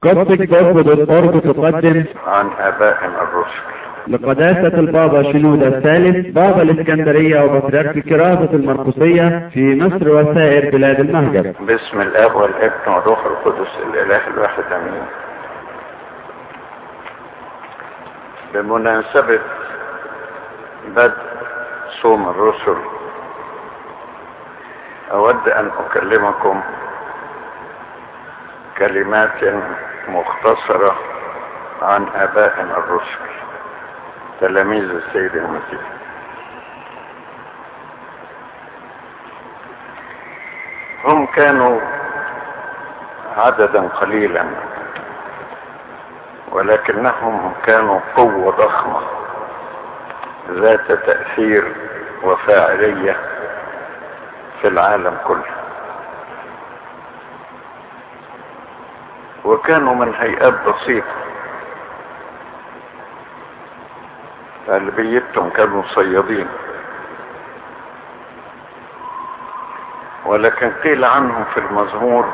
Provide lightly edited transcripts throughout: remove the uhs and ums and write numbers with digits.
قصة تقدم عن آبائنا الرسل. لقداسة البابا شنودة الثالث بابا الإسكندرية وبطريرك الكراسة المرقسية في مصر وسائر بلاد المهجر. باسم الآب والابن والروح القدس الإله الواحد آمين. بمناسبة بدء صوم الرسل أود أن أكلمكم كلمات مختصرة عن آبائنا الرسل تلاميذ السيد المسيح. هم كانوا عددا قليلا ولكنهم كانوا قوة ضخمة ذات تأثير وفاعلية في العالم كله، وكانوا من هيئات بسيطة، غالبيتهم كانوا صيادين، ولكن قيل عنهم في المزمور: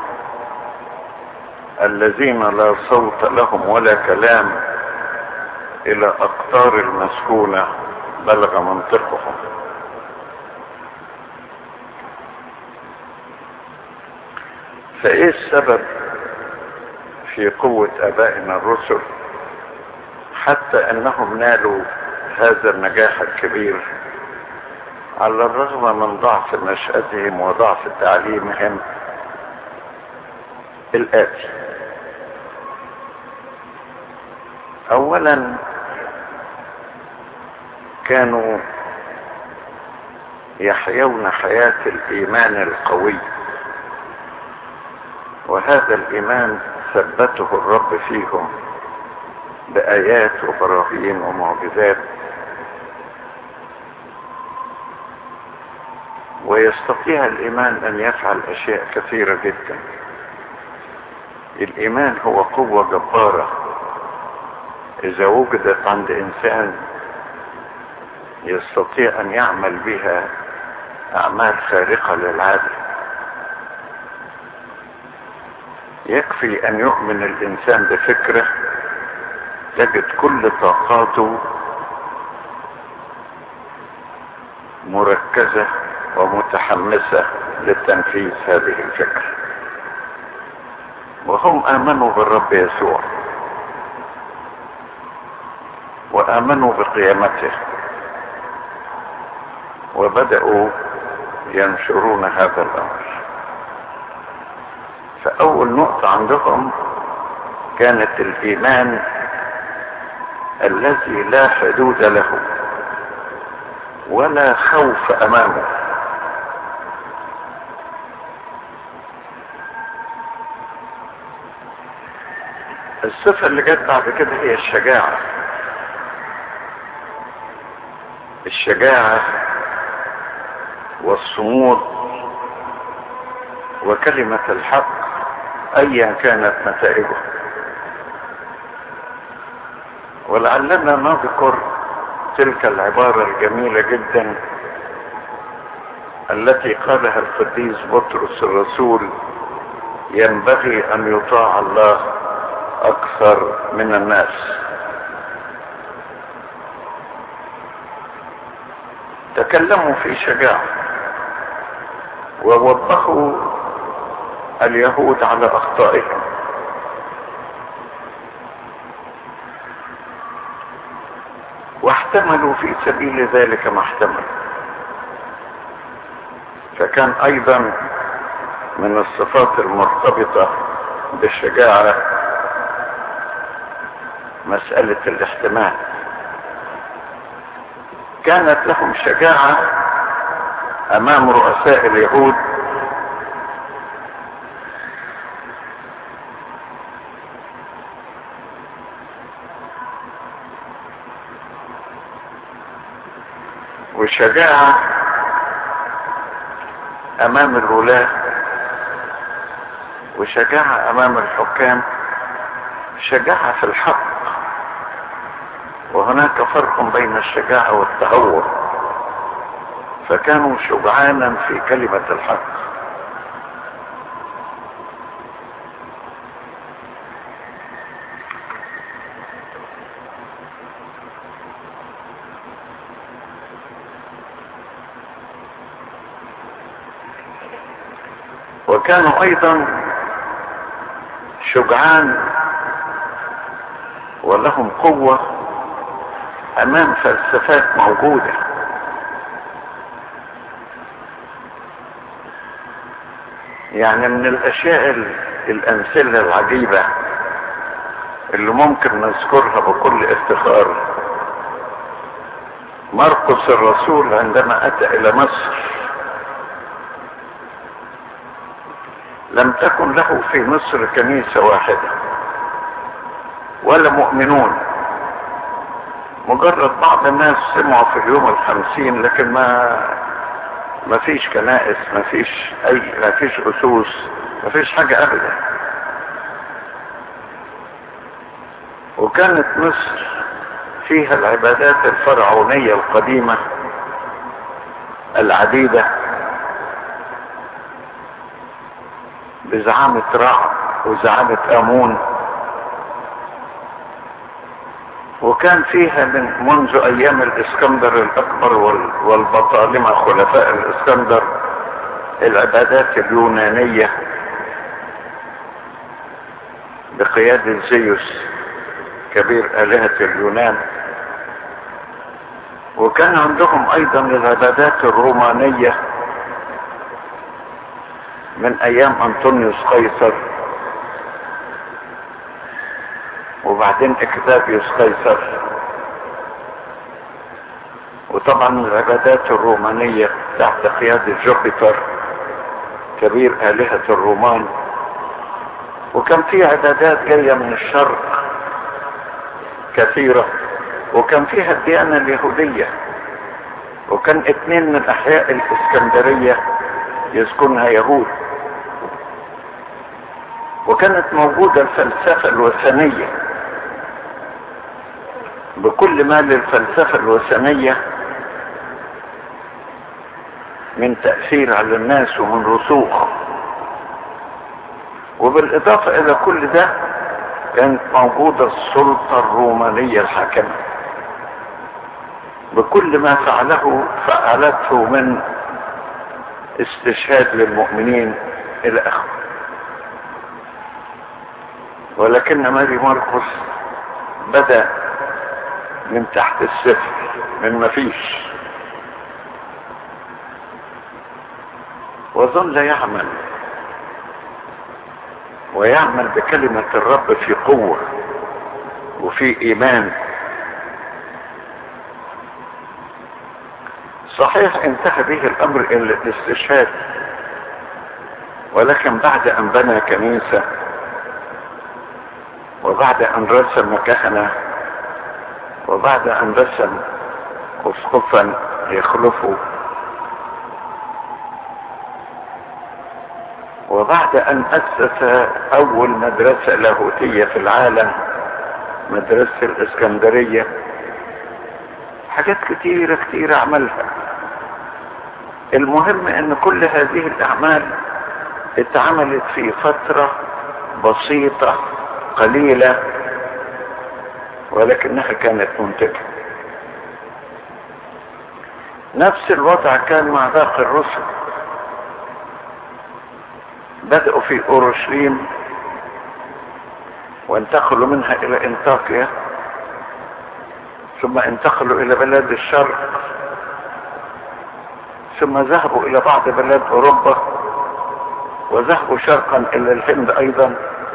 الذين لا صوت لهم ولا كلام إلى أقطار المسكونة بلغ منطقهم. فإيه السبب في قوة آبائنا الرسل حتى أنهم نالوا هذا النجاح الكبير على الرغم من ضعف نشأتهم وضعف تعليمهم؟ الآتي: أولا، كانوا يحيون حياة الإيمان القوي، وهذا الإيمان ثبته الرب فيهم بآيات وبراهين ومعجزات، ويستطيع الإيمان أن يفعل أشياء كثيرة جدا. الإيمان هو قوة جبارة إذا وجدت عند إنسان يستطيع أن يعمل بها أعمال خارقة للعادة. يكفي أن يؤمن الإنسان بفكره تجد كل طاقاته مركزة ومتحمسة لتنفيذ هذه الفكرة. وهم آمنوا بالرب يسوع وآمنوا بقيامته وبدأوا ينشرون هذا الأمر. فأول نقطة عندهم كانت الإيمان الذي لا حدود له ولا خوف أمامه. الصفة اللي جت بعد كده هي الشجاعة. الشجاعة والصمود وكلمة الحق أيا كانت نتائجه. ولعلنا نذكر تلك العبارة الجميلة جدا التي قالها القديس بطرس الرسول: ينبغي أن يطاع الله أكثر من الناس. تكلموا في شجاعة ووبخوا اليهود على أخطائهم، واحتملوا في سبيل ذلك ما احتملوا. فكان أيضا من الصفات المرتبطة بالشجاعة مسألة الاحتمال. كانت لهم شجاعة أمام رؤساء اليهود وشجاعة أمام الولاة وشجاعة أمام الحكام، شجاعة في الحق. وهناك فرق بين الشجاعة والتهور، فكانوا شجعانا في كلمة الحق. وكانوا ايضا شجعان ولهم قوة امام فلسفات موجودة. يعني من الاشياء الامثلة العجيبة اللي ممكن نذكرها بكل افتخار، مرقس الرسول عندما اتى الى مصر لم تكن له في مصر كنيسة واحدة ولا مؤمنون، مجرد بعض الناس سمعوا في اليوم 50، لكن ما فيش كنائس، ما فيش اسوس، ما فيش حاجة ابدا. وكانت مصر فيها العبادات الفرعونية القديمة العديدة بزعامة رع وزعامة امون، وكان فيها منذ ايام الاسكندر الاكبر والبطالمة خلفاء الاسكندر العبادات اليونانية بقيادة زيوس كبير آلهة اليونان. وكان عندهم ايضا العبادات الرومانية من ايام انطونيوس قيصر، وبعدين اكتافيوس قيصر. وطبعا العبادات الرومانية تحت قيادة جوبيتر كبير آلهة الرومان. وكان في عبادات جاية من الشرق كثيرة، وكان فيها الديانة اليهودية، وكان 2 من احياء الاسكندرية يسكنها يهود. وكانت موجودة الفلسفة الوثنية بكل ما للفلسفة الوثنية من تأثير على الناس ومن رسوخ. وبالإضافة إلى كل ده كانت موجودة السلطة الرومانية الحاكمة بكل ما فعلته من استشهاد للمؤمنين إلى آخره. ولكن ماري مرقس بدأ من تحت الصفر، من ما فيش، وظل يعمل ويعمل بكلمة الرب في قوة وفي إيمان. صحيح انتهى به الأمر إلى الاستشهاد، ولكن بعد أن بنى كنيسة وبعد أن رسم كهنة وبعد أن رسم أسقفا يخلفه وبعد أن أسس أول مدرسة لاهوتية في العالم، مدرسة الإسكندرية، حاجات كتيرة كتيرة عملها. المهم أن كل هذه الأعمال اتعملت في فترة بسيطة قليلة، ولكنها كانت منتجة. نفس الوضع كان مع باقي الرسل. بدأوا في أورشليم وانتقلوا منها إلى انطاكيا، ثم انتقلوا إلى بلاد الشرق، ثم ذهبوا إلى بعض بلاد أوروبا، وذهبوا شرقا إلى الهند أيضا.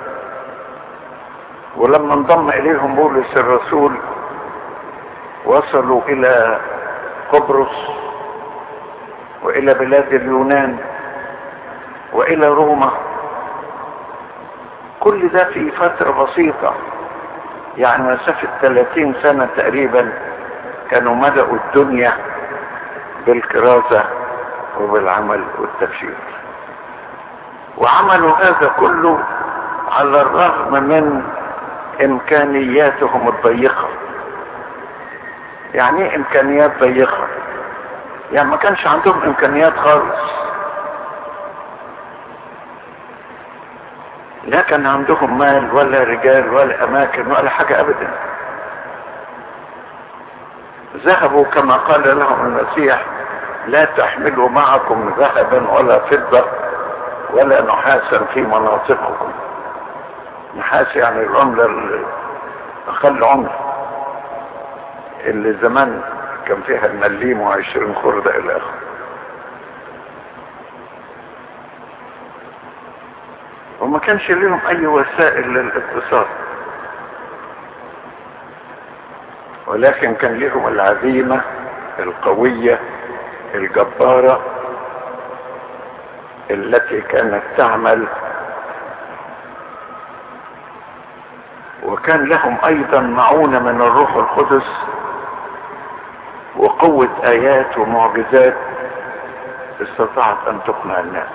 ولما انضم إليهم بولس الرسول وصلوا إلى قبرص وإلى بلاد اليونان وإلى روما. كل ده في فترة بسيطة، يعني مسافة 30 سنة تقريبا كانوا ملأوا الدنيا بالكرازة وبالعمل والتبشير. وعملوا هذا كله على الرغم من إمكانياتهم الضيقة. يعني ايه إمكانيات ضيقة؟ يعني ما كانش عندهم إمكانيات خالص، لا كان عندهم مال ولا رجال ولا أماكن ولا حاجة أبدا. ذهبوا كما قال لهم المسيح: لا تحملوا معكم ذهبا ولا فضة ولا نحاسا في مناطقكم. نحاس يعني العملة أقل عملة اللي زمان كان فيها المليم و20 خردة إلى آخره. وما كانش لهم أي وسائل للاتصال، ولكن كان لهم العزيمة القوية الجبارة التي كانت تعمل، وكان لهم ايضا معونة من الروح القدس وقوة ايات ومعجزات استطاعت ان تقنع الناس.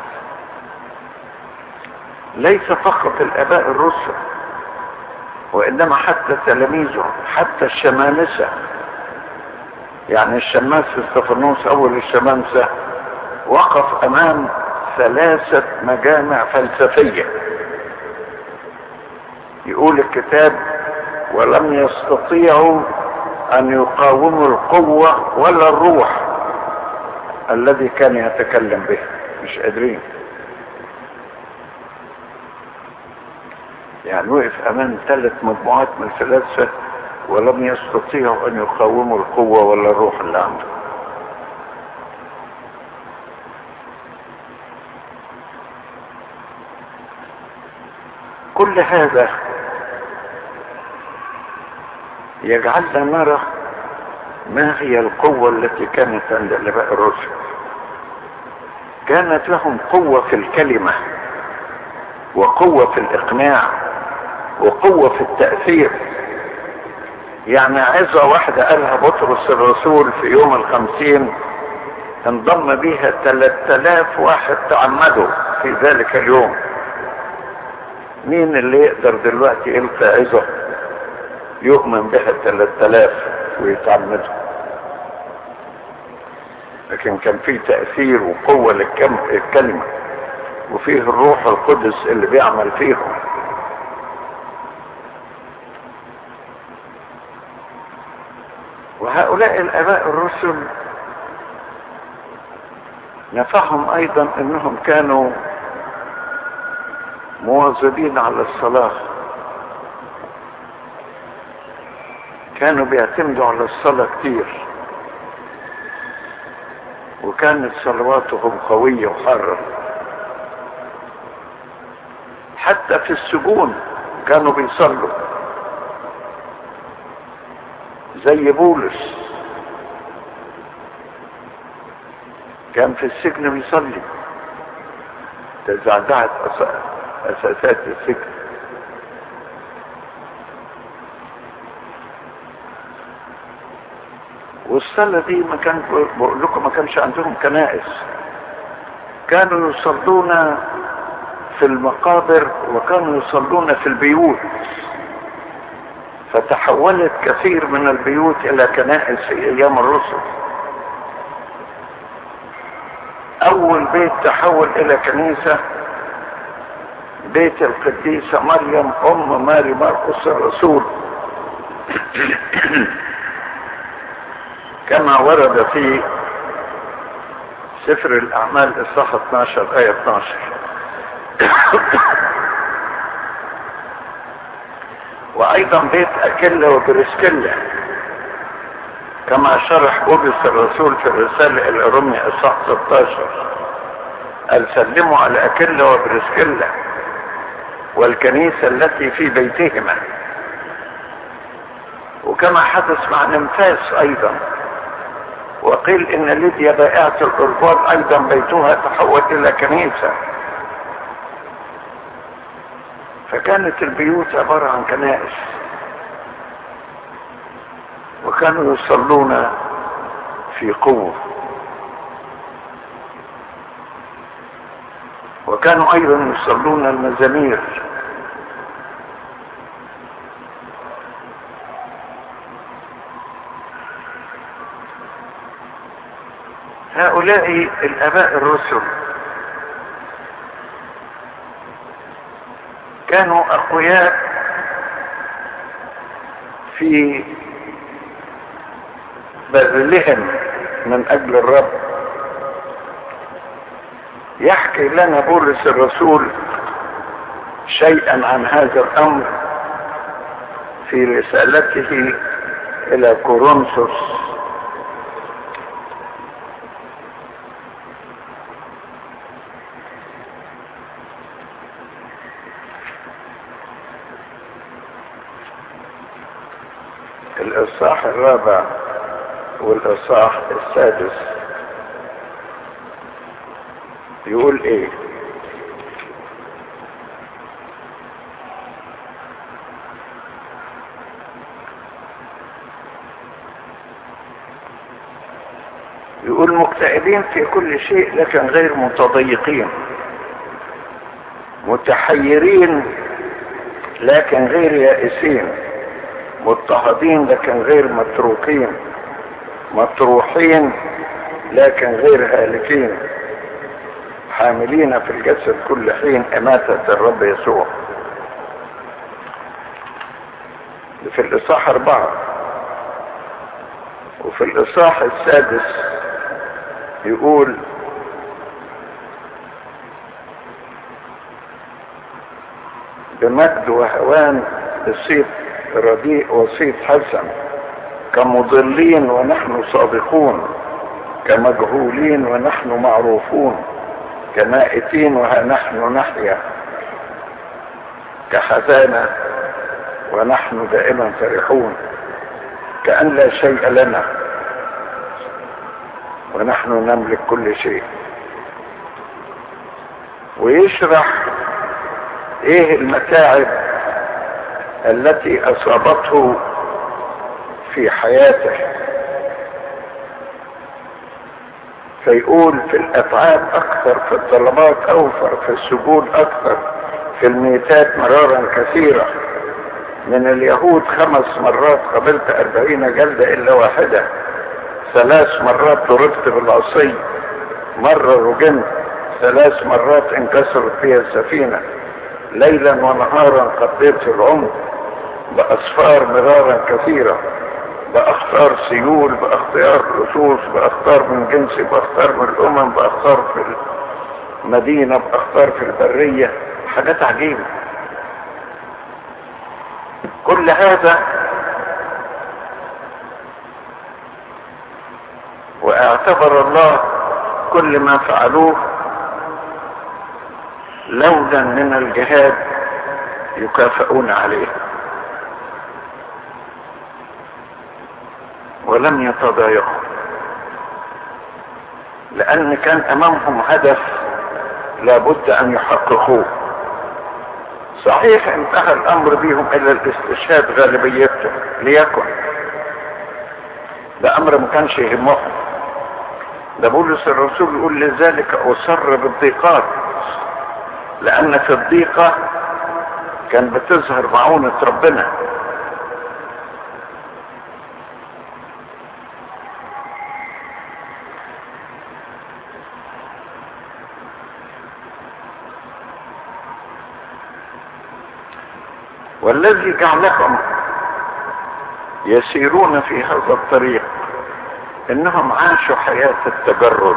ليس فقط الاباء الرسل، وانما حتى تلاميذهم، حتى الشمامسة. يعني الشماس استفانوس اول الشمامسة وقف امام 3 مجامع فلسفية، يقول الكتاب ولم يستطيعوا ان يقاوموا القوة ولا الروح الذي كان يتكلم به، مش قادرين. يعني وقف امام 3 مجموعات من الفلاسفة ولم يستطيعوا ان يقاوموا القوة ولا الروح اللي عنده. كل هذا يجعلنا نرى ما هي القوة التي كانت عند الآباء الرسل. كانت لهم قوة في الكلمة، وقوة في الإقناع، وقوة في التأثير. يعني عظة واحدة قالها بطرس الرسول في يوم 50 انضم بها 3000 واحد تعمدوا في ذلك اليوم. مين اللي يقدر دلوقتي يلقى عظة يؤمن بها 3000 ويتعمدوا؟ لكن كان فيه تأثير وقوة للكلمة، وفيه الروح القدس اللي بيعمل فيهم. وهؤلاء الآباء الرسل نفعهم أيضا أنهم كانوا مواظبين على الصلاة، كانوا بيعتمدوا على الصلاة كتير، وكانت صلواتهم قوية وحارة. حتى في السجون كانوا بيصلوا، زي بولس كان في السجن بيصلي، تزعزعت أساسات السجن. والصلاة دي ما كان بقول لكم ما كانش عندهم كنائس، كانوا يصلون في المقابر وكانوا يصلون في البيوت، فتحولت كثير من البيوت إلى كنائس في أيام الرسل. أول بيت تحول إلى كنيسة بيت القديسة مريم أم ماري مرقس الرسول كما ورد في سفر الأعمال إصحاح 12 آية 12. وأيضا بيت أكيلا وبرسكيلا كما شرح بولس الرسول في الرسالة إلى روميا إصحاح 16، قال سلموا على أكيلا وبرسكيلا والكنيسة التي في بيتهما. وكما حدث مع نمفاس أيضا، وقيل إن ليديا بائعة القربان أيضا بيتها تحول إلى كنيسة. فكانت البيوت عبارة عن كنائس، وكانوا يصلون في قوة، وكانوا أيضا يصلون المزامير. هؤلاء الآباء الرسل كانوا أقوياء في بذلهم من أجل الرب. يحكي لنا بولس الرسول شيئا عن هذا الامر في رسالته الى كورنثوس. الاصحاح 4 والاصحاح 6 يقول ايه؟ يقول مكتئبين في كل شيء لكن غير متضيقين، متحيرين لكن غير يائسين، مضطهدين لكن غير متروكين، مطروحين لكن غير هالكين، حاملين في الجسد كل حين إماتة الرب يسوع. في الإصحاح 4. وفي الإصحاح 6 يقول بمجد وهوان بصيت رديء وصيت حسن، كمضلين ونحن صادقون، كمجهولين ونحن معروفون، كمائتين وها نحن نحيا، كحزانة ونحن دائما فرحون، كأن لا شيء لنا ونحن نملك كل شيء. ويشرح ايه المتاعب التي اصابته في حياته، فيقول في الاتعاب اكثر، في الطلبات اوفر، في السجود اكثر، في الميتات مرارا كثيرة، من اليهود 5 مرات قبلت 40 جلدة الا واحدة، 3 مرات ضربت بالعصي، مرة رجمت، 3 مرات انكسرت فيها السفينة، ليلا ونهارا قضيت في العمر، بأسفار مرارا كثيرة، بأخطار سيول، بأخطار لصوص، بأخطار من جنسي، بأخطار من الأمم، بأخطار في المدينة، بأخطار في البرية، حاجات عجيبة. كل هذا واعتبر الله كل ما فعلوه لولا من الجهاد يكافئون عليه، ولم يتضايقوا، لأن كان أمامهم هدف لابد أن يحققوه. صحيح انتهى الأمر بهم إلى الاستشهاد غالبيته، ليكن ده أمر ما كانش يهمهم. ده بولس الرسول يقول لذلك أصر بالضيقات، لأن في الضيقة كان بتظهر معونة ربنا. والذي جعلهم يسيرون في هذا الطريق انهم عاشوا حياة التجرد،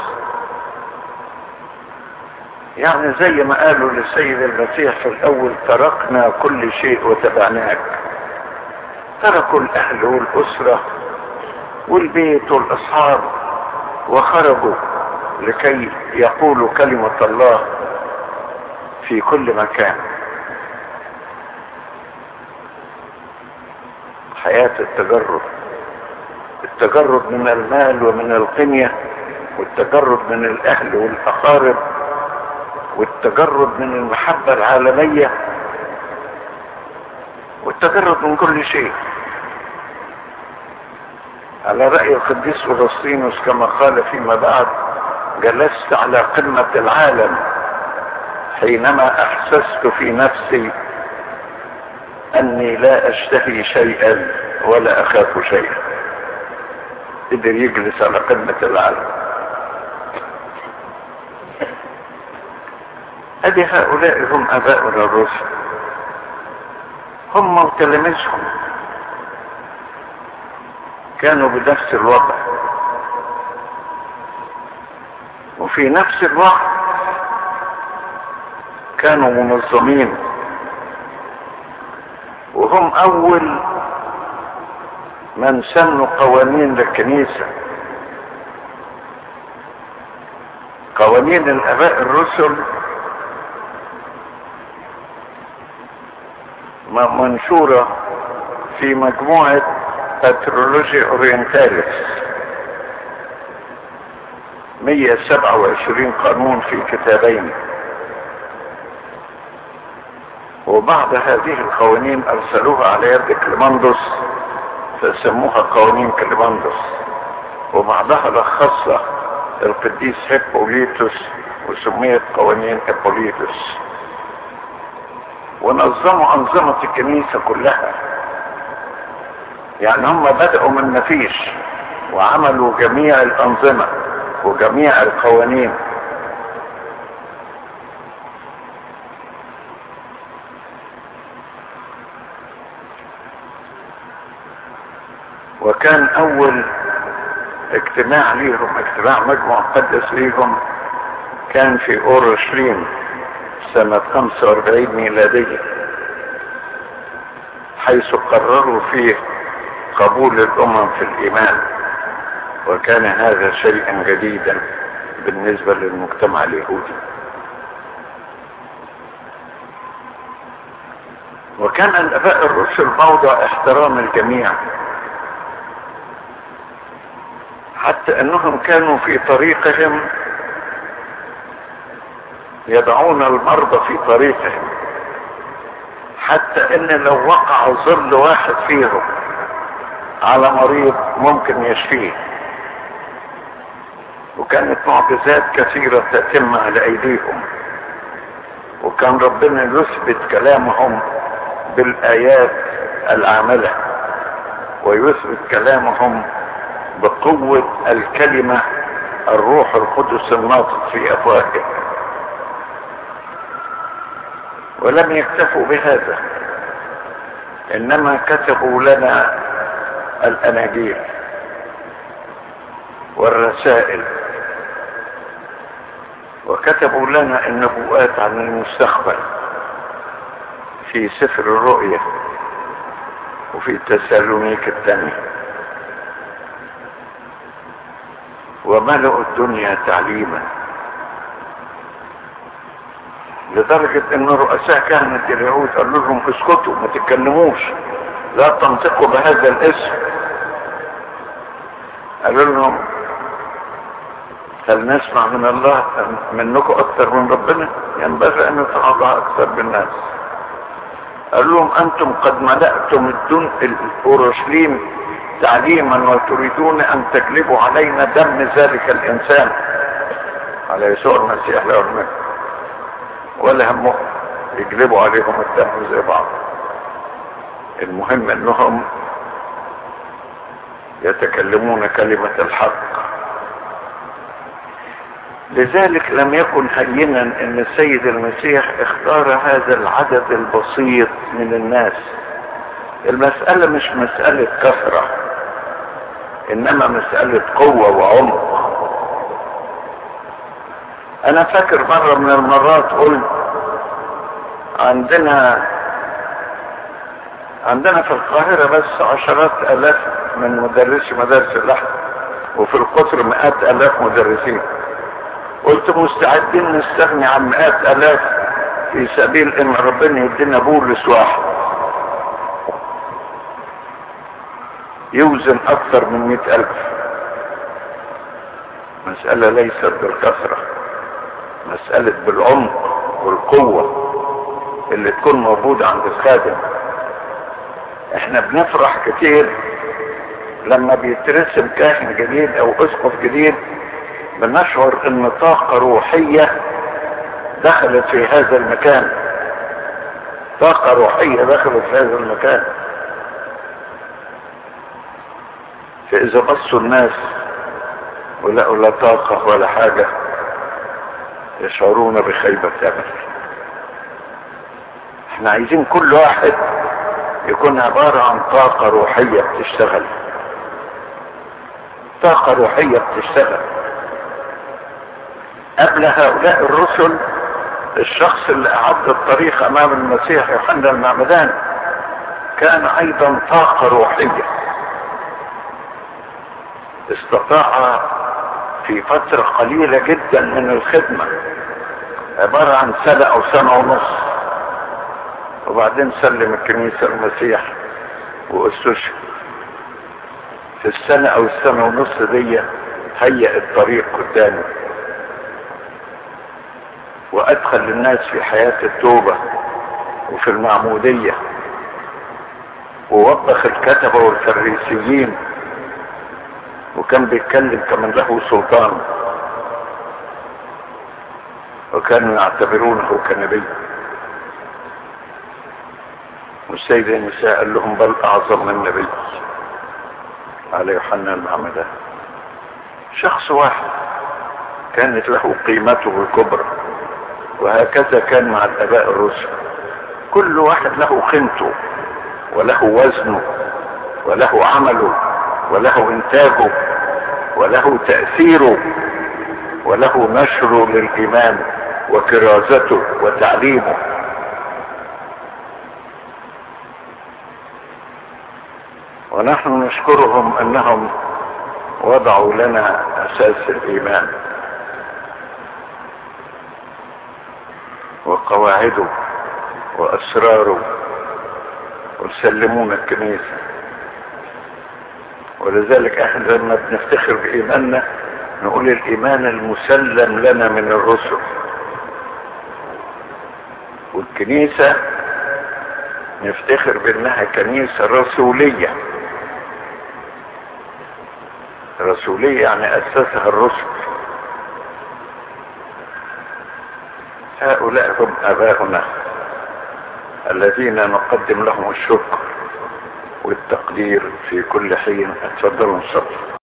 يعني زي ما قالوا للسيد المسيح في الاول تركنا كل شيء وتبعناك. تركوا الاهل والاسرة والبيت والاصحاب وخرجوا لكي يقولوا كلمة الله في كل مكان. حياة التجرد، التجرد من المال ومن القنية، والتجرد من الاهل والاقارب، والتجرد من المحبة العالمية، والتجرد من كل شيء. على رأي القديس أغسطينوس كما قال فيما بعد: جلست على قمة العالم حينما احسست في نفسي اني لا اشتهي شيئا ولا اخاف شيئا. قدر يجلس على قمة العالم. ادي هؤلاء هم اباؤنا الرسل، هم وتلاميذهم كانوا بنفس الوضع، وفي نفس الوقت كانوا منظمين، وهم اول من سنوا قوانين للكنيسة. قوانين الاباء الرسل منشورة في مجموعة باترولوجي اورينتاليس، 127 قانون في كتابين، وبعض هذه القوانين ارسلوها على يد كليماندوس فسموها قوانين كليماندوس، وبعضها لخصها القديس هيبوليتوس وسميت قوانين هيبوليتوس. ونظموا انظمة الكنيسة كلها، يعني هم بدأوا من مفيش وعملوا جميع الانظمة وجميع القوانين. وكان اول اجتماع ليهم، اجتماع مجمع مقدس ليهم، كان في اورشليم سنة 45 ميلادية، حيث قرروا فيه قبول الامم في الايمان، وكان هذا شيئا جديدا بالنسبة للمجتمع اليهودي. وكان الاباء الرسل موضع احترام الجميع، حتى انهم كانوا في طريقهم يضعون المرضى في طريقهم، حتى ان لو وقع ظل واحد فيهم على مريض ممكن يشفيه. وكانت معجزات كثيرة تتم على ايديهم، وكان ربنا يثبت كلامهم بالايات العاملة، ويثبت كلامهم بقوة الكلمة الروح القدس الناطق في افواههم. ولم يكتفوا بهذا، انما كتبوا لنا الاناجيل والرسائل، وكتبوا لنا النبوءات عن المستقبل في سفر الرؤيا وفي تسالونيك الثانية، وملأوا الدنيا تعليما، لدرجة ان رؤساء كهنة اليهود قالوا لهم اسكتوا ما تتكلموش، لا تنطقوا بهذا الاسم. قالوا لهم هل نسمع من الله منكم اكثر من ربنا؟ ينبغي ان نتواضع اكثر بالناس. قالوا لهم انتم قد ملأتم اورشليم تعليما وتريدون ان تجلبوا علينا دم ذلك الانسان، على يسوع المسيح له المجد، ولا همهم يجلبوا عليهم الدم زي بعض. المهم انهم يتكلمون كلمة الحق. لذلك لم يكن هينا ان السيد المسيح اختار هذا العدد البسيط من الناس. المسألة مش مسألة كثرة، انما مسألة قوة وعمق. انا فاكر مرة من المرات قلت عندنا في القاهرة بس 10,000 من مدرسي مدارس اللحن، وفي القطر 100,000 مدرسين. قلت مستعدين نستغني عن 100,000 في سبيل ان ربنا يدينا بولس واحد يوزن اكثر من 100,000. مسألة ليست بالكثرة، مسألة بالعمق والقوة اللي تكون موجودة عند الخادم. احنا بنفرح كتير لما بيترسم كاهن جديد او اسقف جديد، بنشعر ان طاقة روحية دخلت في هذا المكان، طاقة روحية دخلت في هذا المكان. فاذا بصوا الناس ولقوا لا طاقة ولا حاجة يشعرون بخيبة امل. احنا عايزين كل واحد يكون عبارة عن طاقة روحية بتشتغل، طاقة روحية بتشتغل. قبل هؤلاء الرسل الشخص اللي اعد الطريق امام المسيح يوحنا المعمدان كان ايضا طاقة روحية، استطاع في فترة قليلة جدا من الخدمة، عبارة عن سنة او سنة ونص، وبعدين سلم الكنيسة المسيح واستشهد. في السنة او السنة ونص دي هيأ الطريق قدامه، وادخل الناس في حياة التوبة وفي المعمودية، ووبخ الكتبة والفريسيين، وكان بيتكلم كمن له سلطان، وكانوا يعتبرونه كنبي. والسيد المسيح قال لهم بل اعظم من نبي على يوحنا المعمدان. شخص واحد كانت له قيمته الكبرى، وهكذا كان مع الاباء الرسل، كل واحد له قيمته وله وزنه وله عمله وله انتاجه وله تأثيره وله نشره للإيمان وكرازته وتعليمه. ونحن نشكرهم انهم وضعوا لنا اساس الايمان وقواعده واسراره، وسلمونا الكنيسة. ولذلك احنا لما بنفتخر بايماننا نقول الايمان المسلم لنا من الرسل، والكنيسة نفتخر بانها كنيسة رسولية. رسولية يعني اسسها الرسل. هؤلاء هم اباؤنا الذين نقدم لهم الشكر والتقدير في كل حين. اتفضلوا نصلي.